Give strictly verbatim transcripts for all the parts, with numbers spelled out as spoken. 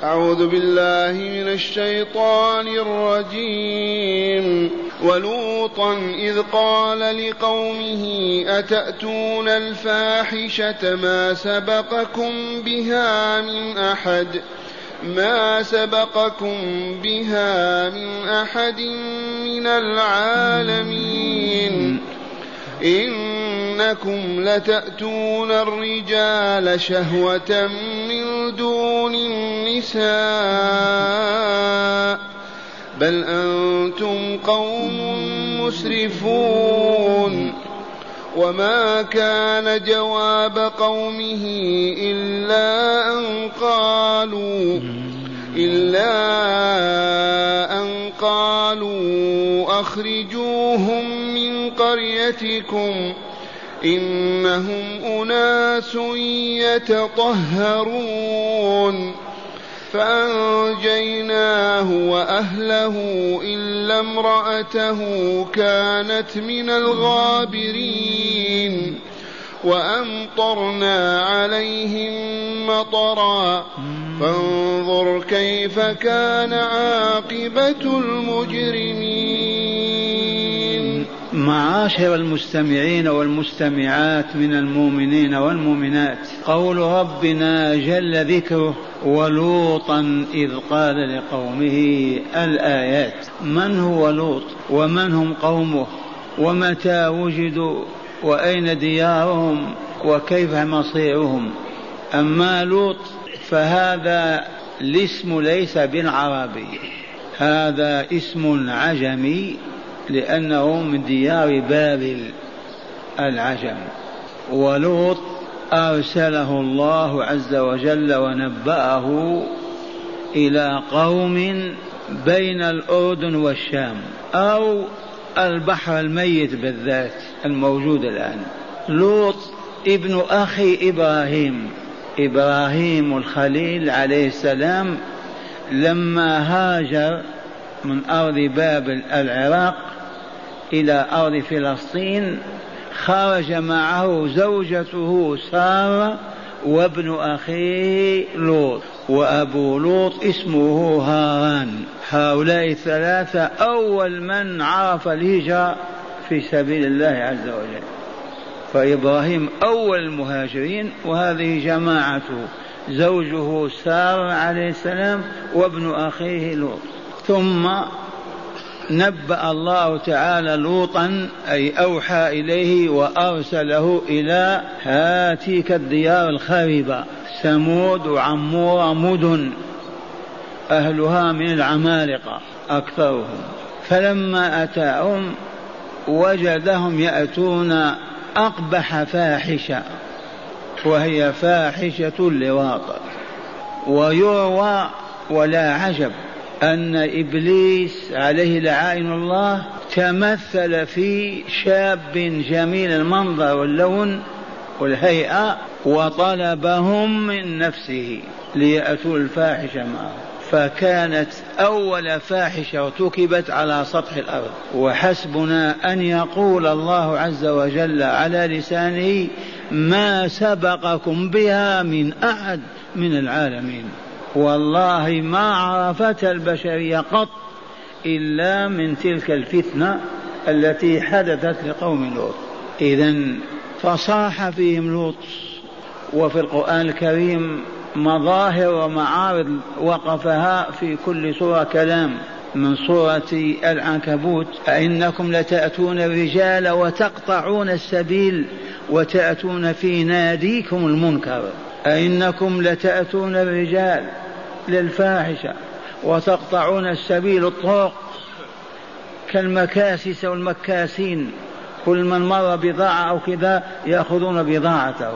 أعوذ بالله من الشيطان الرجيم. ولوطا إذ قال لقومه أتأتون الفاحشة ما سبقكم بها من أحد ما سبقكم بها من أحد من العالمين إنكم لتأتون الرجال شهوة من دون النساء بل أنتم قوم مسرفون. وما كان جواب قومه إلا أن قالوا إلا أن قالوا أخرجوهم من قريتكم إنهم أناس يتطهرون. فأنجيناه وأهله إلا امرأته كانت من الغابرين وأمطرنا عليهم مطرا فانظر كيف كان عاقبة المجرمين. معاشر المستمعين والمستمعات من المؤمنين والمؤمنات، قول ربنا جل ذكره ولوطا إذ قال لقومه الآيات. من هو لوط ومن هم قومه ومتى وجدوا وأين ديارهم وكيف مصيرهم؟ أما لوط فهذا الاسم ليس بالعربي، هذا اسم عجمي لأنه من ديار بابل العجم. ولوط أرسله الله عز وجل ونبأه إلى قوم بين الأردن والشام أو البحر الميت بالذات الموجود الآن. لوط ابن أخي إبراهيم إبراهيم الخليل عليه السلام لما هاجر من أرض بابل العراق إلى أرض فلسطين خرج معه زوجته سارة وابن أخيه لوط وأبو لوط اسمه هاران. هؤلاء الثلاثة أول من عرف الهجرة في سبيل الله عز وجل، فإبراهيم أول المهاجرين وهذه جماعته زوجه سارة عليه السلام وابن أخيه لوط. ثم نبأ الله تعالى لوطا أي أوحى إليه وأرسله إلى هاتيك الديار الخربة ثمود وعمور مدن أهلها من العمالقة أكثرهم. فلما أتاهم وجدهم يأتون أقبح فاحشة وهي فاحشة اللواط. ويروى ولا عجب أن إبليس عليه لعائن الله تمثل في شاب جميل المنظر واللون والهيئة وطلبهم من نفسه ليأتوا الفاحشة معه، فكانت أول فاحشة ارتكبت على سطح الأرض. وحسبنا أن يقول الله عز وجل على لسانه ما سبقكم بها من أحد من العالمين. والله ما عرفت البشرية قط إلا من تلك الفتنة التي حدثت لقوم لوط. إذن فصاح فيهم لوط. وفي القرآن الكريم مظاهر ومعارض وقفها في كل سورة كلام. من سورة العنكبوت أئنكم لتأتون الرجال وتقطعون السبيل وتأتون في ناديكم المنكر. أئنكم لتأتون الرجال للفاحشة وتقطعون السبيل الطرق كالمكاسس والمكاسين، كل من مر بضاعة أو كذا يأخذون بضاعته.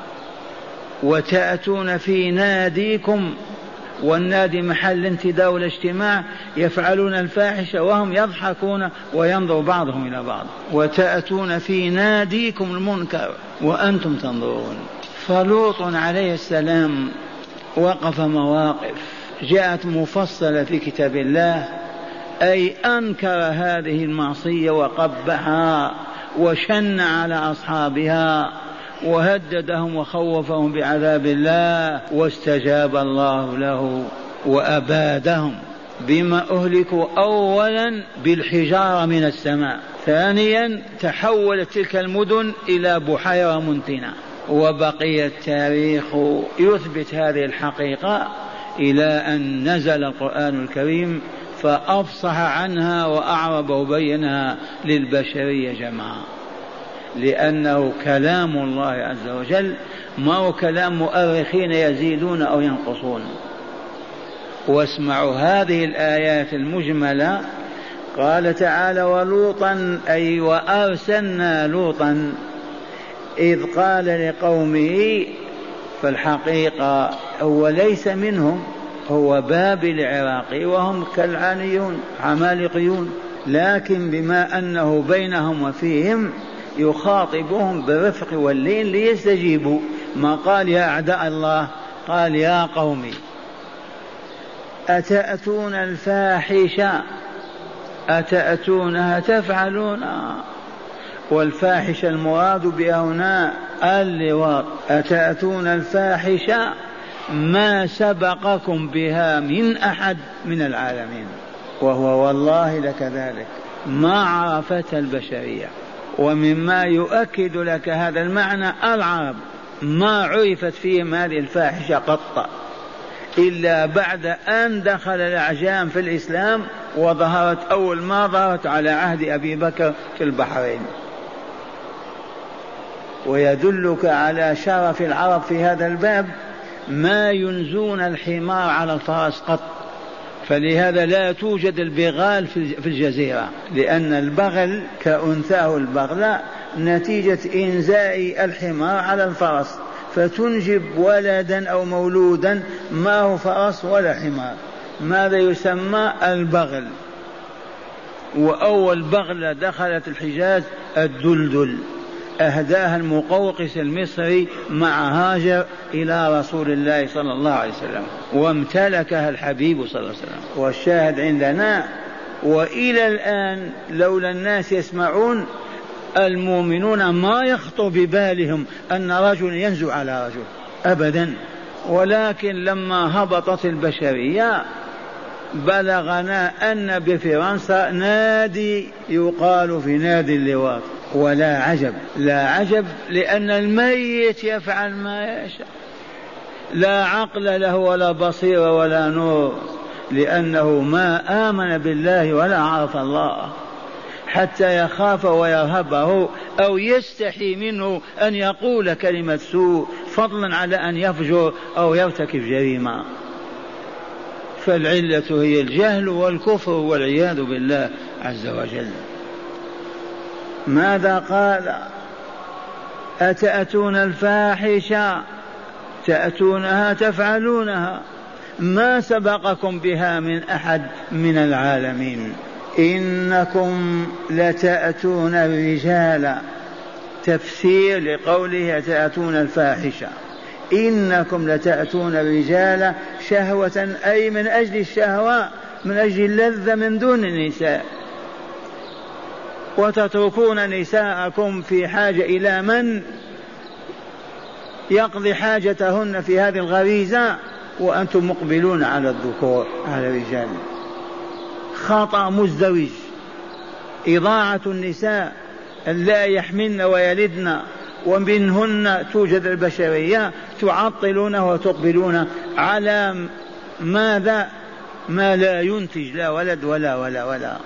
وتأتون في ناديكم، والنادي محل انتداء والاجتماع، يفعلون الفاحشة وهم يضحكون وينظر بعضهم إلى بعض. وتأتون في ناديكم المنكر وأنتم تنظرون. فلوط عليه السلام وقف مواقف جاءت مفصلة في كتاب الله، أي أنكر هذه المعصية وقبحها وشن على أصحابها وهددهم وخوفهم بعذاب الله، واستجاب الله له وأبادهم بما أهلكوا أولا بالحجارة من السماء، ثانيا تحولت تلك المدن إلى بحيرة منتنة. وبقي التاريخ يثبت هذه الحقيقة إلى أن نزل القرآن الكريم فأفصح عنها وأعرب وبينها للبشرية جماعة، لأنه كلام الله عز وجل، ما هو كلام مؤرخين يزيدون أو ينقصون. واسمعوا هذه الآيات المجملة. قال تعالى: ولوطا أي وأرسلنا لوطا إذ قال لقومه، فالحقيقة هو ليس منهم، هو بابل عراقي وهم كالعانيون عمالقيون، لكن بما أنه بينهم وفيهم يخاطبهم بالرفق واللين ليستجيبوا. ما قال يا أعداء الله، قال يا قومي أتأتون الفاحشة، أتأتونها تفعلونها، والفاحشة المراد بها هنا اللواط. أتأتون الفاحشة ما سبقكم بها من أحد من العالمين، وهو والله لكذلك ما عرفت البشرية. ومما يؤكد لك هذا المعنى العرب ما عرفت فيهم هذه الفاحشة قط إلا بعد أن دخل الأعجام في الإسلام، وظهرت أول ما ظهرت على عهد أبي بكر في البحرين. ويدلك على شرف العرب في هذا الباب ما ينزون الحمار على الفرس قط، فلهذا لا توجد البغال في الجزيرة، لأن البغل كأنثاه البغلة نتيجة إنزاء الحمار على الفرس، فتنجب ولدا أو مولودا ما هو فرس ولا حمار. ماذا يسمى؟ البغل. وأول بغلة دخلت الحجاز الدلدل، أهداها المقوقس المصري مع هاجر إلى رسول الله صلى الله عليه وسلم، وامتلكها الحبيب صلى الله عليه وسلم. والشاهد عندنا، وإلى الآن لولا الناس يسمعون المؤمنون ما يخطر ببالهم أن رجل ينزو على رجل أبدا. ولكن لما هبطت البشرية بلغنا أن بفرنسا نادي يقال في نادي اللواط، ولا عجب لا عجب، لأن الميت يفعل ما يشاء، لا عقل له ولا بصيرة ولا نور، لأنه ما آمن بالله ولا عرف الله حتى يخاف ويرهبه أو يستحي منه أن يقول كلمة سوء، فضلا على أن يفجر أو يرتكب جريمة. فالعلة هي الجهل والكفر والعياذ بالله عز وجل. ماذا قال؟ أتأتون الفاحشة تأتونها تفعلونها ما سبقكم بها من أحد من العالمين. إنكم لتأتون الرجال، تفسير لقوله تأتون الفاحشة. إنكم لتأتون الرجال شهوة، أي من أجل الشهوة، من أجل اللذة من دون النساء، وتتركون نساءكم في حاجة إلى من يقضي حاجتهن في هذه الغريزة، وأنتم مقبلون على الذكور على الرجال. خطأ مزدوج، إضاعة النساء لا يحملن ويلدن ومنهن توجد البشرية، تعطلون وتقبلون على ماذا؟ ما لا ينتج لا ولد ولا ولا ولا.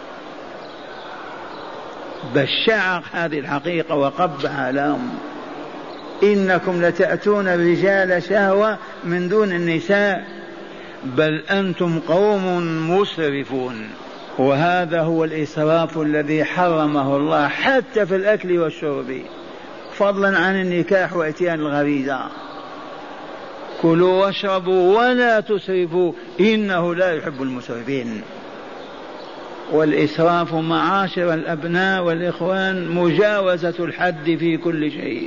بشع هذه الحقيقة وقبح لهم. إنكم لتأتون الرجال شهوة من دون النساء، بل أنتم قوم مسرفون. وهذا هو الإسراف الذي حرمه الله حتى في الأكل والشرب، فضلا عن النكاح وإتيان الغريزة. كلوا واشربوا ولا تسرفوا إنه لا يحب المسرفين. والإسراف معاشر الأبناء والإخوان مجاوزة الحد في كل شيء.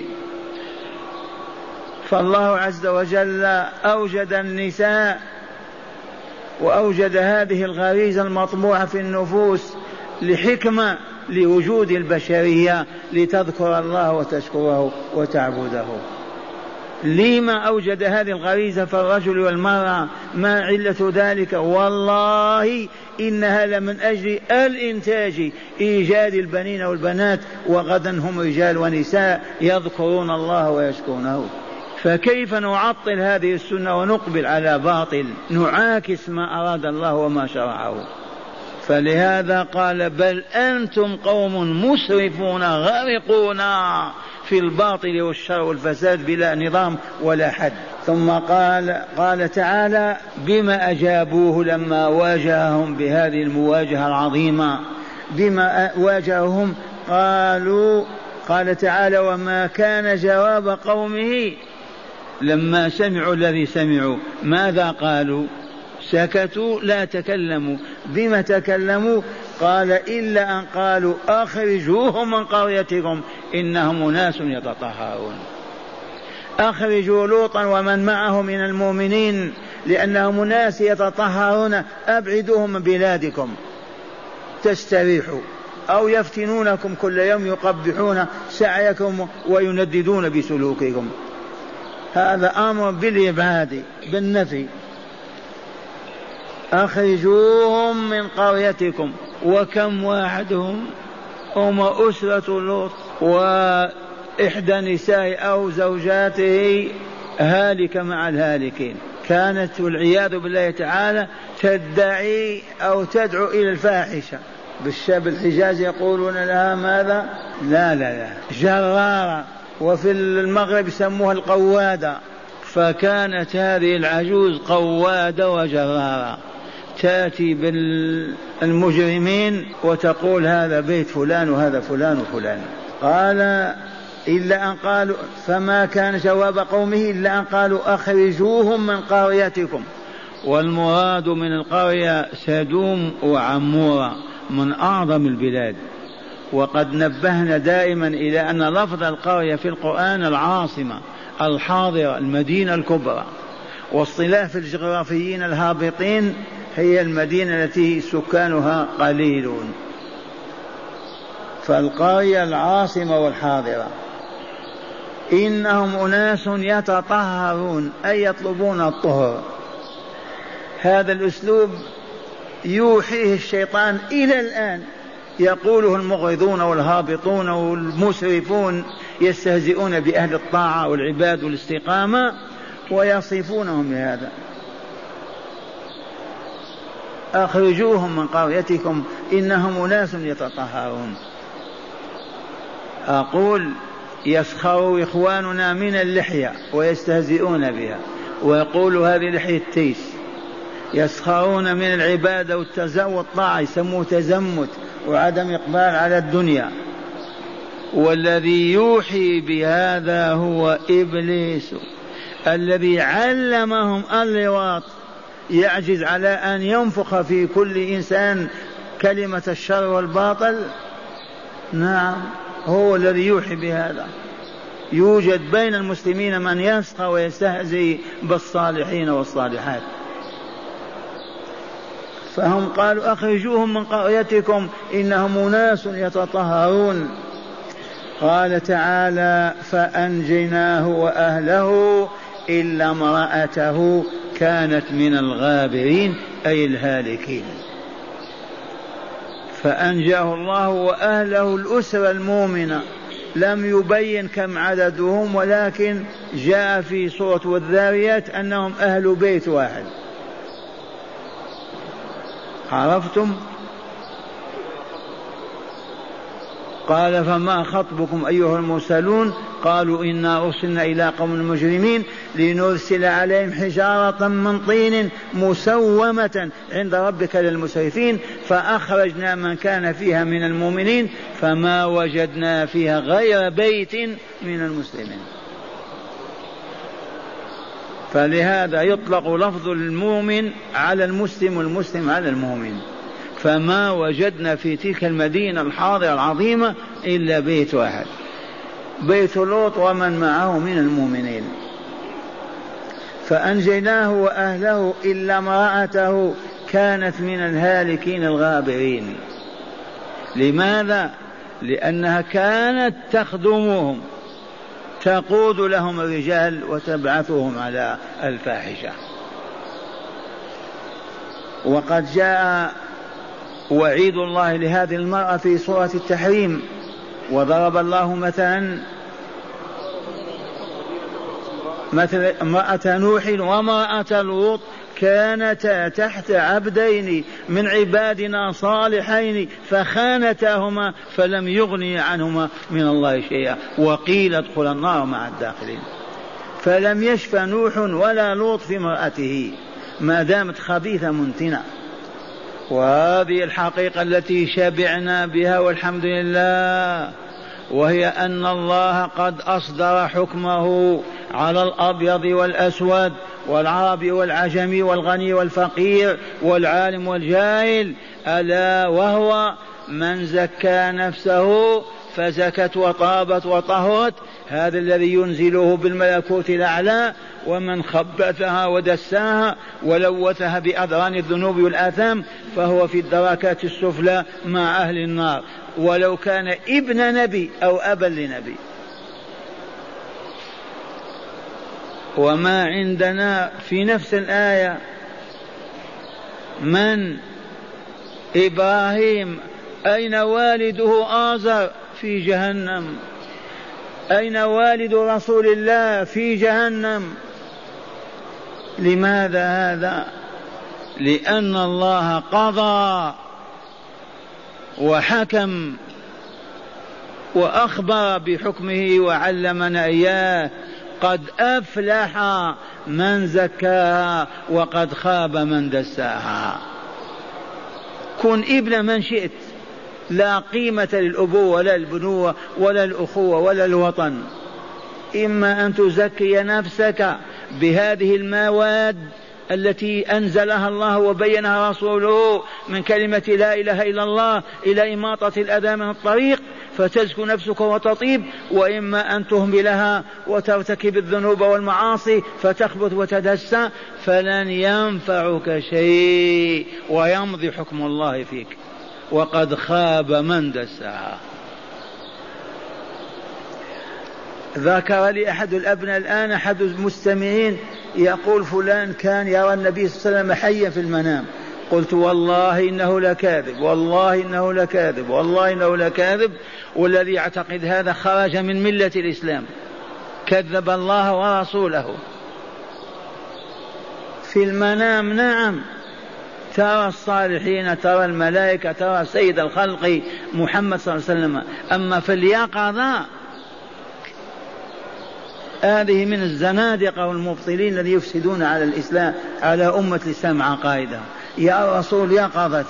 فالله عز وجل أوجد النساء وأوجد هذه الغريزة المطبوعة في النفوس لحكمة، لوجود البشرية، لتذكر الله وتشكره وتعبده. لما أوجد هذه الغريزة في الرجل والمرأة؟ ما علة ذلك؟ والله إنها لمن أجل الإنتاج، إيجاد البنين والبنات، وغدا هم رجال ونساء يذكرون الله ويشكرونه. فكيف نعطل هذه السنة ونقبل على باطل، نعاكس ما أراد الله وما شرعه؟ فلهذا قال بل أنتم قوم مسرفون غارقون في الباطل والشر والفساد بلا نظام ولا حد. ثم قال قال تعالى بما أجابوه لما واجههم بهذه المواجهة العظيمة، بما واجههم قالوا قال تعالى وما كان جواب قومه لما سمعوا الذي سمعوا ماذا قالوا؟ سكتوا لا تكلموا. بما تكلموا؟ قال إلا أن قالوا أخرجوهم من قريتكم إنهم أناس يتطهرون. أخرجوا لوطا ومن معه من المؤمنين لأنهم أناس يتطهرون، أبعدوهم من بلادكم تستريحوا، أو يفتنونكم كل يوم يقبحون سعيكم وينددون بسلوككم. هذا أمر بالإبعاد بالنفي. أخرجوهم من قريتكم. وكم واحدهم؟ هم أسرة لوط وإحدى نساء أو زوجاته هالكة مع الهالكين، كانت والعياذ بالله تعالى تدعي أو تدعو إلى الفاحشة. بالشاب الحجاز يقولون لها ماذا؟ لا لا لا جرارة، وفي المغرب سموها القوادة. فكانت هذه العجوز قوادة وجرارة، تأتي بالمجرمين وتقول هذا بيت فلان وهذا فلان وفلان. قال إلا أن قالوا فما كان جواب قومه إلا أن قالوا أخرجوهم من قريتكم. والمراد من القرية سدوم وعمورة من أعظم البلاد. وقد نبهنا دائما إلى أن لفظ القرية في القرآن العاصمة الحاضرة المدينة الكبرى، واصطلاح في الجغرافيين الهابطين هي المدينة التي سكانها قليلون. فالقرية العاصمة والحاضرة إنهم أناس يتطهرون أي يطلبون الطهر. هذا الأسلوب يوحيه الشيطان إلى الآن، يقوله المغرضون والهابطون والمسرفون، يستهزئون بأهل الطاعة والعباد والاستقامة ويصفونهم بهذا. أخرجوهم من قريتكم إنهم أناس يتطهرون. أقول يسخر إخواننا من اللحية ويستهزئون بها ويقولوا هذه لحية تيس. يسخرون من العبادة والتزود والطاعة يسموه تزمت وعدم إقبال على الدنيا. والذي يوحي بهذا هو إبليس الذي علمهم اللواط، يعجز على أن ينفخ في كل إنسان كلمة الشر والباطل. نعم هو الذي يوحي بهذا. يوجد بين المسلمين من يسخر ويستهزئ بالصالحين والصالحات. فهم قالوا أخرجوهم من قريتكم إنهم أناس يتطهرون. قال تعالى فأنجيناه وأهله إلا امرأته كانت من الغابرين أي الهالكين. فأنجاه الله وأهله الأسرة المؤمنة. لم يبين كم عددهم، ولكن جاء في سورة والذاريات أنهم أهل بيت واحد. عرفتم؟ قال فما خطبكم أيها المرسلون؟ قالوا إنا أرسلنا إلى قوم مجرمين لنرسل عليهم حجارة من طين مسومة عند ربك للمسرفين فأخرجنا من كان فيها من المؤمنين فما وجدنا فيها غير بيت من المسلمين. فلهذا يطلق لفظ المؤمن على المسلم والمسلم على المؤمن. فما وجدنا في تلك المدينة الحاضرة العظيمة إلا بيت واحد، بيت لوط ومن معه من المؤمنين. فأنجيناه وأهله إلا امرأته كانت من الهالكين الغابرين. لماذا؟ لأنها كانت تخدمهم، تقود لهم الرجال وتبعثهم على الفاحشة. وقد جاء وعيد الله لهذه المرأة في سورة التحريم، وضرب الله مثلا مثل امرأة نوح وامرأة لوط كانتا تحت عبدين من عبادنا صالحين فخانتاهما فلم يغني عنهما من الله شيئا وقيل ادخلا النار مع الداخلين. فلم يشفى نوح ولا لوط في امرأته ما دامت خبيثة منتنة. وهذه الحقيقة التي شبعنا بها والحمد لله، وهي أن الله قد أصدر حكمه على الأبيض والأسود والعربي والعجمي والغني والفقير والعالم والجاهل، ألا وهو من زكى نفسه فزكت وطابت وطهرت، هذا الذي ينزله بالملكوت الأعلى، ومن خبثها ودساها ولوثها بأذران الذنوب والآثام فهو في الدركات السفلى مع أهل النار ولو كان ابن نبي أو أبا لنبي. وما عندنا في نفس الآية من إبراهيم أين والده آزر؟ في جهنم. أين والد رسول الله؟ في جهنم. لماذا هذا؟ لأن الله قضى وحكم وأخبر بحكمه وعلمنا إياه. قد أفلح من زكاها وقد خاب من دساها. كن ابن من شئت، لا قيمة للأبوة ولا البنوة ولا الأخوة ولا الوطن. إما أن تزكي نفسك بهذه المواد التي أنزلها الله وبينها رسوله من كلمة لا إله إلا الله إلى إماطة الأذى من الطريق فتزكو نفسك وتطيب، وإما أن تهملها وترتكب الذنوب والمعاصي فتخبث وتدسى فلن ينفعك شيء ويمضي حكم الله فيك وقد خاب من دساها. ذكر لي أحد الأبناء الآن أحد المستمعين يقول فلان كان يرى النبي صلى الله عليه وسلم حيا في المنام. قلت والله إنه لكاذب، والله إنه لكاذب، والله إنه لكاذب، والذي يعتقد هذا خرج من ملة الإسلام، كذب الله ورسوله. في المنام نعم ترى الصالحين، ترى الملائكة، ترى سيد الخلق محمد صلى الله عليه وسلم، أما في اليقظة هذه من الزنادقة والمبطلين الذين يفسدون على الإسلام، على أمة الإسلام عقائدها. يا رسول يقظة.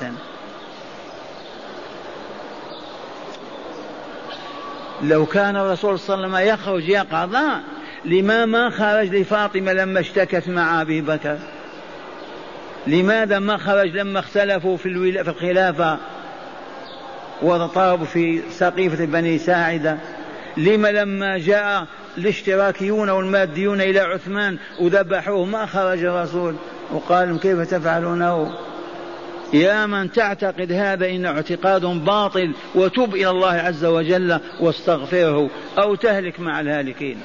لو كان الرسول صلى الله عليه وسلم يخرج يقظة لما ما خرج لفاطمة لما اشتكت مع أبي بكر؟ لماذا ما خرج لما اختلفوا في الخلافة وضربوا في سقيفة بني ساعدة؟ لما لما جاء الاشتراكيون والماديون إلى عثمان وذبحوه ما خرج الرسول وقال كيف تفعلونه؟ يا من تعتقد هذا إن اعتقاد باطل، وتب إلى الله عز وجل واستغفره أو تهلك مع الهالكين.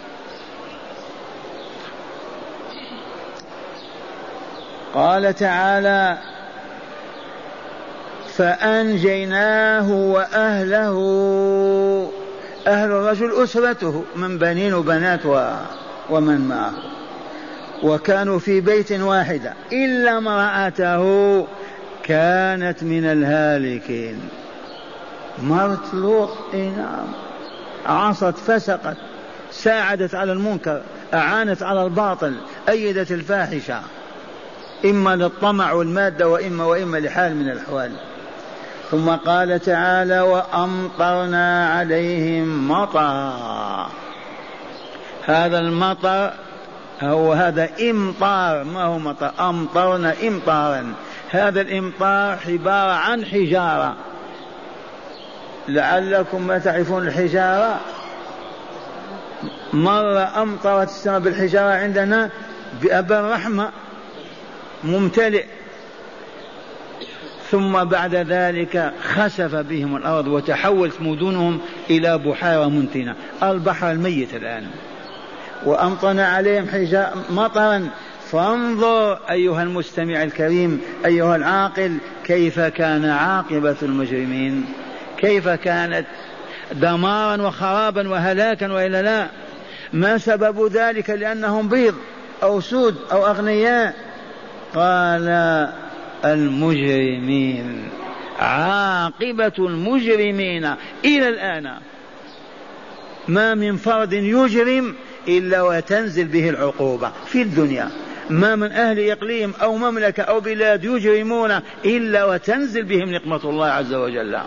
قال تعالى فأنجيناه وأهله، أهل الرجل أسرته من بنين وبنات ومن معه، وكانوا في بيت واحد إلا امرأته كانت من الهالكين. مرت لوط نعم عصت فسقت، ساعدت على المنكر، أعانت على الباطل، أيدت الفاحشة، إما للطمع والمادة وإما وإما لحال من الأحوال. ثم قال تعالى وأمطرنا عليهم مطرا. هذا المطر هو هذا إمطار، ما هو مطر، أمطرنا إمطارا. هذا الإمطار عبارة عن حجارة. لعلكم ما تعرفون الحجارة، مرة أمطرت السماء بالحجارة عندنا بأبا الرحمة ممتلئ، ثم بعد ذلك خسف بهم الأرض وتحولت مدنهم إلى بحيرة منتنة، البحر الميت الآن وأمطرنا عليهم حجارة مطرا. فانظر أيها المستمع الكريم أيها العاقل كيف كان عاقبة المجرمين، كيف كانت دمارا وخرابا وهلاكا، وإلا لا؟ ما سبب ذلك؟ لأنهم بيض أو سود أو أغنياء. قال المجرمين، عاقبة المجرمين إلى الآن ما من فرد يجرم إلا وتنزل به العقوبة في الدنيا، ما من أهل إقليم أو مملكة أو بلاد يجرمون إلا وتنزل بهم نقمة الله عز وجل.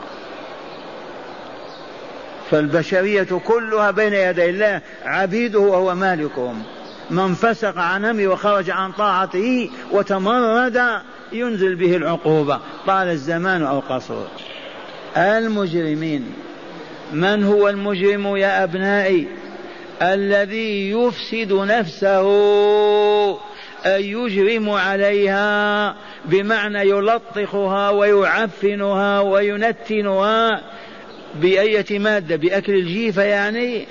فالبشرية كلها بين يدي الله عبيده وهو مالكهم. من فسق عن أمره وخرج عن طاعته وتمرد ينزل به العقوبة طال الزمان أو قصر. المجرمين، من هو المجرم يا أبنائي؟ الذي يفسد نفسه، أي يجرم عليها، بمعنى يلطخها ويعفنها وينتنها بأية مادة؟ بأكل الجيفة يعني،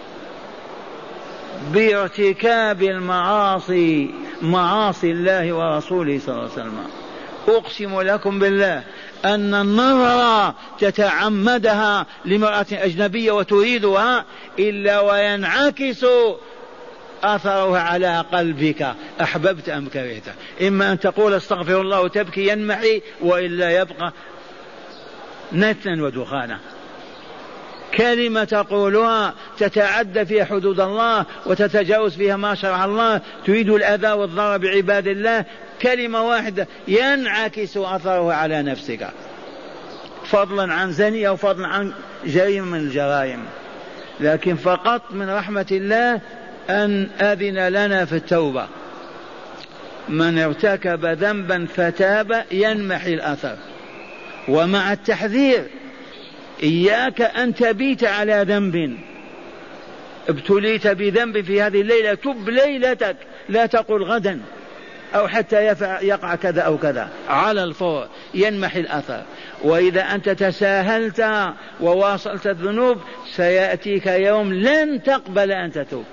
بارتكاب المعاصي، معاصي الله ورسوله صلى الله عليه وسلم. أقسم لكم بالله أن النظر تتعمدها لامرأة أجنبية وتريدها إلا وينعكس أثرها على قلبك، أحببت أم كرهت. إما أن تقول استغفر الله وتبكي ينمحي، وإلا يبقى نتنا ودخانا. كلمة تقولها تتعدى فيها حدود الله وتتجاوز فيها ما شرع الله، تريد الأذى والضرر بعباد الله، كلمة واحدة ينعكس أثره على نفسك، فضلا عن زني أو فضلا عن جريمة من الجرائم. لكن فقط من رحمة الله أن أذن لنا في التوبة، من ارتكب ذنبا فتاب ينمحي الأثر، ومع التحذير إياك أن تبيت على ذنب. ابتليت بذنب في هذه الليلة، تب ليلتك، لا تقل غدا أو حتى يقع كذا أو كذا، على الفور ينمحي الأثر. وإذا أنت تساهلت وواصلت الذنوب سيأتيك يوم لن تقبل أن تتوب.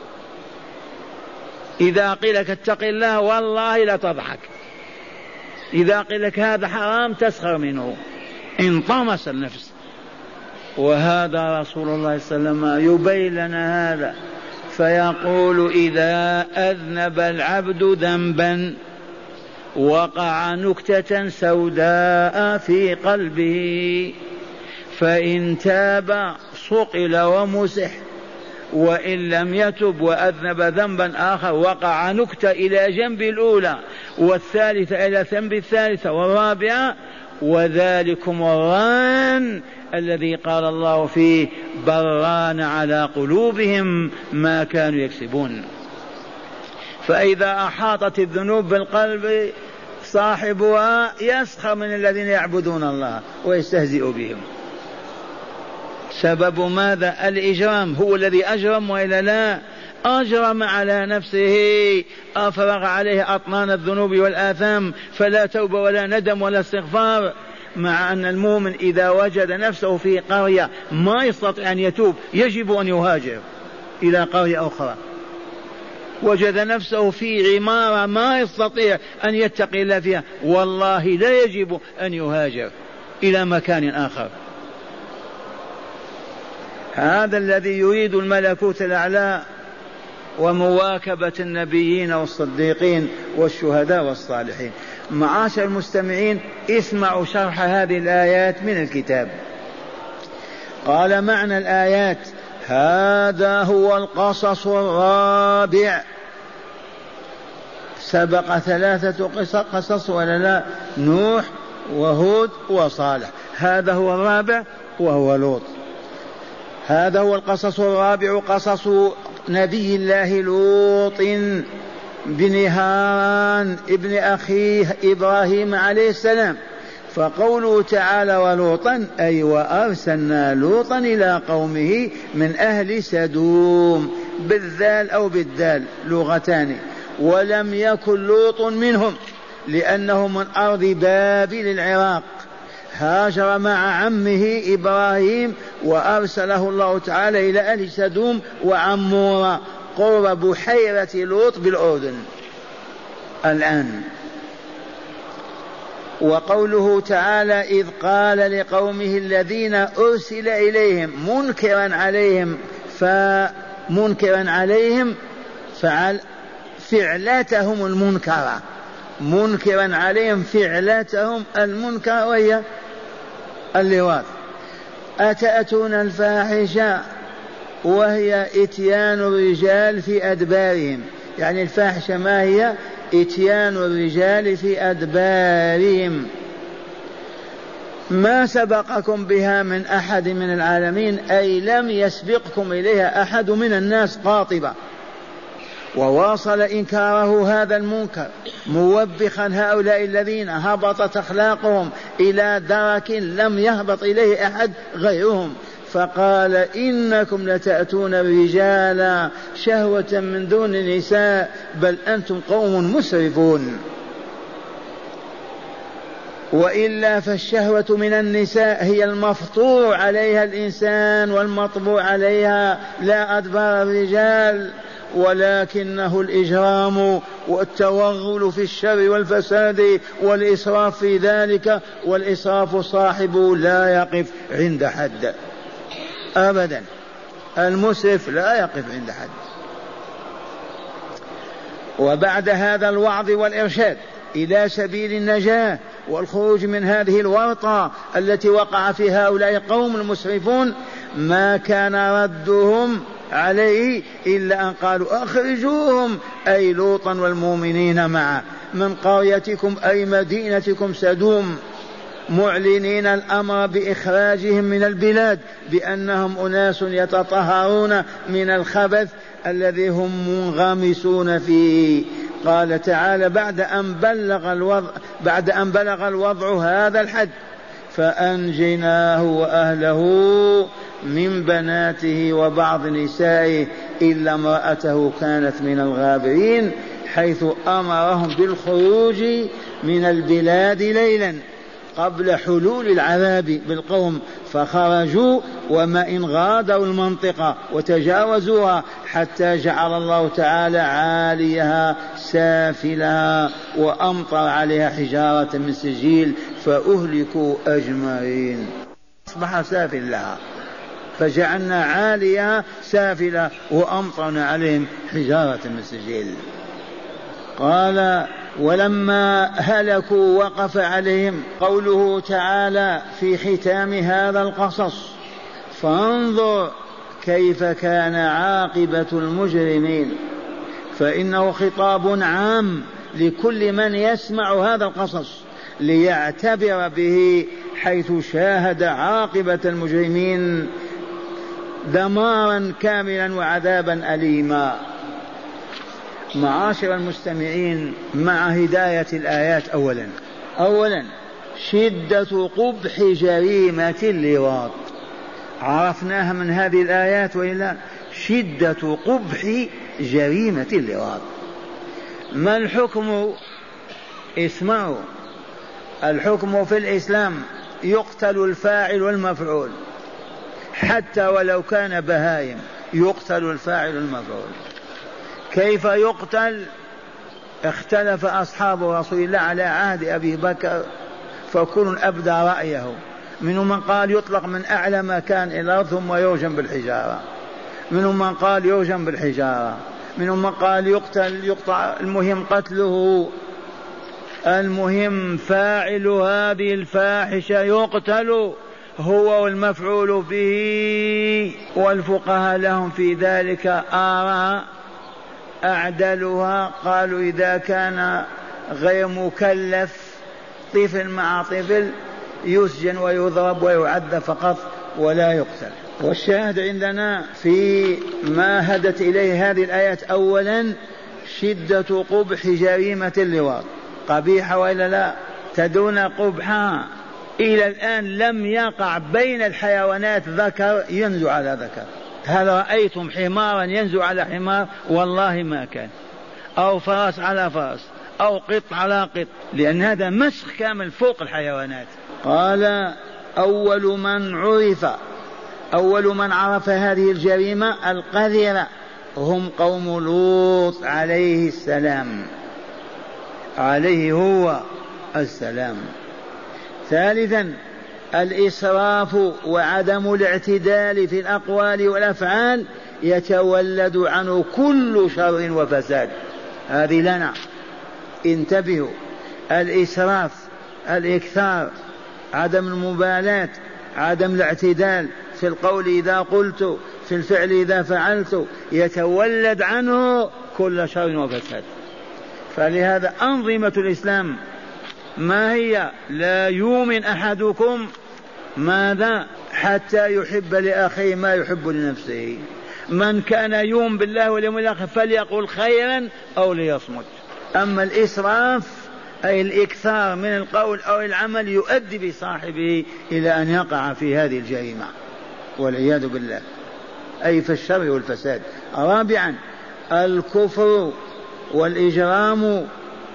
إذا قيل لك اتق الله والله لا تضحك، إذا قيل لك هذا حرام تسخر منه، انطمس النفس. وهذا رسول الله صلى الله عليه وسلم يبين لنا هذا، فيقول إذا أذنب العبد ذنبا وقع نكتة سوداء في قلبه فإن تاب صقل ومسح، وإن لم يتب وأذنب ذنبا آخر وقع نكتة إلى جنب الأولى والثالثة إلى ذنب الثالثة والرابعة، وذلكم الران الذي قال الله فيه بران على قلوبهم ما كانوا يكسبون. فإذا أحاطت الذنوب بالقلب صاحبها يسخر من الذين يعبدون الله ويستهزئ بهم. سبب ماذا؟ الإجرام، هو الذي أجرم وإلا لا؟ أجرم على نفسه، أفرغ عليه أطنان الذنوب والآثام، فلا توبة ولا ندم ولا استغفار. مع أن المؤمن إذا وجد نفسه في قرية ما يستطيع أن يتوب يجب أن يهاجر إلى قرية أخرى، وجد نفسه في عمارة ما يستطيع أن يتقي الله فيها، والله لا يجب أن يهاجر إلى مكان آخر. هذا الذي يريد الملكوت الأعلى ومواكبة النبيين والصديقين والشهداء والصالحين. معاشر المستمعين، اسمعوا شرح هذه الآيات من الكتاب. قال معنى الآيات: هذا هو القصص الرابع. سبق ثلاثة قصص ولا لا؟ نوح وهود وصالح، هذا هو الرابع وهو لوط. هذا هو القصص الرابع، قصص نبي الله لوط بن هاران ابن أخيه إبراهيم عليه السلام. فقوله تعالى ولوطا أي وأرسلنا لوطا إلى قومه من أهل سدوم، بالذال أو بالدال لغتان، ولم يكن لوط منهم لأنه من أرض بابل العراق، هاجر مع عمه إبراهيم وأرسله الله تعالى إلى أهل سدوم وعمورة قرب بحيرة لوط بالأردن الآن. وقوله تعالى إذ قال لقومه الذين أرسل إليهم منكرا عليهم فمنكرا عليهم فعل فعلتهم المنكرة، منكرا عليهم فعلتهم المنكرة وهي اللواط. أتأتون الفاحشة وهي إتيان الرجال في أدبارهم، يعني الفاحشة ما هي؟ إتيان الرجال في أدبارهم. ما سبقكم بها من أحد من العالمين، أي لم يسبقكم إليها أحد من الناس قاطبة. وواصل إنكاره هذا المنكر موبخا هؤلاء الذين هبطت أخلاقهم إلى درك لم يهبط إليه أحد غيرهم، فقال إنكم لتأتون الرجال شهوة من دون النساء بل أنتم قوم مسرفون. وإلا فالشهوة من النساء هي المفطور عليها الإنسان والمطبوع عليها، لا أدبار الرجال، ولكنه الإجرام والتوغل في الشر والفساد والإسراف في ذلك، والإسراف صاحبه لا يقف عند حد أبدا، المسرف لا يقف عند حد. وبعد هذا الوعظ والإرشاد إلى سبيل النجاة والخروج من هذه الورطة التي وقع فيها هؤلاء القوم المسرفون، ما كان ردهم عليه إلا أن قالوا أخرجوهم أي لوطا والمؤمنين معه من قريتكم أي مدينتكم سدوم، معلنين الأمر بإخراجهم من البلاد بأنهم أناس يتطهرون من الخبث الذي هم منغمسون فيه. قال تعالى بعد أن بلغ الوضع بعد أن بلغ الوضع هذا الحد فأنجيناه وأهله من بناته وبعض نسائه إلا امرأته كانت من الغابرين، حيث أمرهم بالخروج من البلاد ليلا قبل حلول العذاب بالقوم، فخرجوا وما إن غادروا المنطقة وتجاوزوها حتى جعل الله تعالى عاليها سافلها وأمطر عليها حجارة من سجيل فأهلكوا أجمعين، أصبح سافل لها، فجعلنا عاليها سافلة وأمطرنا عليهم حجارة من سجيل. قال ولما هلكوا وقف عليهم قوله تعالى في ختام هذا القصص فانظر كيف كان عاقبة المجرمين، فإنه خطاب عام لكل من يسمع هذا القصص ليعتبر به، حيث شاهد عاقبة المجرمين دمارا كاملا وعذابا أليما. معاشر المستمعين، مع هداية الآيات أولا أولا شدة قبح جريمة اللواط، عرفناها من هذه الآيات وإلا؟ شدة قبح جريمة اللواط. ما الحكم؟ اسمعوا، الحكم في الإسلام يقتل الفاعل والمفعول، حتى ولو كان بهائم يقتل الفاعل والمفعول. كيف يقتل؟ اختلف أصحاب رسول الله على عهد أبي بكر فكل أبدى رأيه، منهم من قال يطلق من أعلى مكان إلى الأرض ثم يرجم بالحجارة، منهم من قال يرجم بالحجارة، منهم من قال يقتل يقطع، المهم قتله، المهم فاعل هذه الفاحشة يقتل هو والمفعول به. والفقهاء لهم في ذلك آراء أعدلها، قالوا إذا كان غير مكلف طفل مع طفل يسجن ويضرب ويعذب فقط ولا يقتل. والشاهد عندنا في ما هدت إليه هذه الآيات أولا شدة قبح جريمة اللواط، قبيحة وإلا لا؟ تدون قبحا إلى الآن لم يقع بين الحيوانات ذكر ينزو على ذكر. هل رأيتم حمارا ينزو على حمار؟ والله ما كان، أو فرس على فرس، أو قط على قط، لأن هذا مسخ كامل فوق الحيوانات. قال أول من عرف أول من عرف هذه الجريمة القذرة هم قوم لوط عليه السلام، عليه هو السلام. ثالثا الإسراف وعدم الاعتدال في الأقوال والأفعال يتولد عنه كل شر وفساد. هذه لنا، انتبهوا. الإسراف، الإكثار، عدم المبالاة، عدم الاعتدال في القول إذا قلت، في الفعل إذا فعلت، يتولد عنه كل شر وفساد. فلهذا أنظمة الإسلام ما هي؟ لا يؤمن أحدكم ماذا حتى يحب لأخيه ما يحب لنفسه. من كان يؤمن بالله واليوم الآخر فليقل خيرا أو ليصمت. أما الإسراف أي الإكثار من القول أو العمل يؤدي بصاحبه إلى أن يقع في هذه الجريمة والعياذ بالله، أي في الشر والفساد. رابعا الكفر والإجرام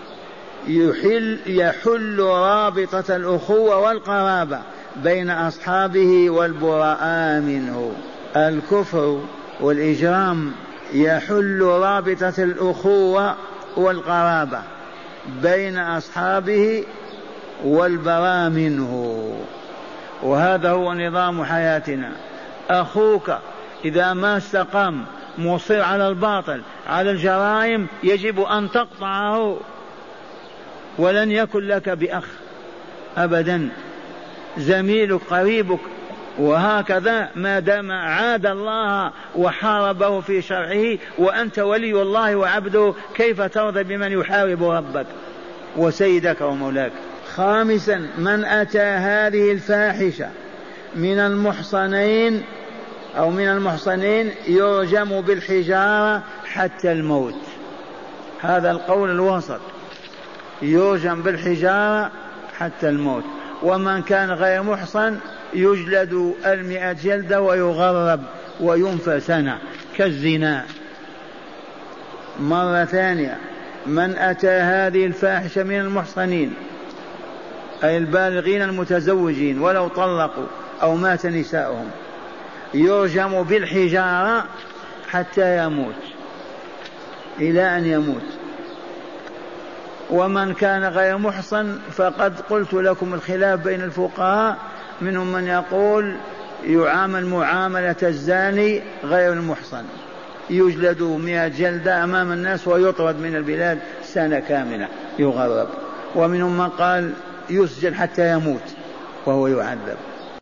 يحل, يحل رابطة الأخوة والقرابة بين أصحابه والبراء منه. الكفر والإجرام يحل رابطة الأخوة والقرابة بين أصحابه والبراء منه، وهذا هو نظام حياتنا. أخوك إذا ما استقام مصر على الباطل على الجرائم يجب أن تقطعه، ولن يكن لك بأخ أبدا، زميلك قريبك. وهكذا ما دام عاد الله وحاربه في شرعه وأنت ولي الله وعبده، كيف ترضى بمن يحارب ربك وسيدك ومولاك؟ خامسا من أتى هذه الفاحشة من المحصنين أو من المحصنين يرجم بالحجارة حتى الموت. هذا القول الوسط، يرجم بالحجارة حتى الموت. ومن كان غير محصن يجلد المئة جلدة ويغرب وينفى سنة كالزنا. مرة ثانية من أتى هذه الفاحشة من المحصنين أي البالغين المتزوجين ولو طلقوا أو مات نساؤهم يرجم بالحجارة حتى يموت، إلى أن يموت. ومن كان غير محصن فقد قلت لكم الخلاف بين الفقهاء، منهم من يقول يعامل معاملة الزاني غير المحصن، يجلد مئة جلدة أمام الناس ويطرد من البلاد سنة كاملة يغرب. ومنهم من قال يسجن حتى يموت وهو يعذب.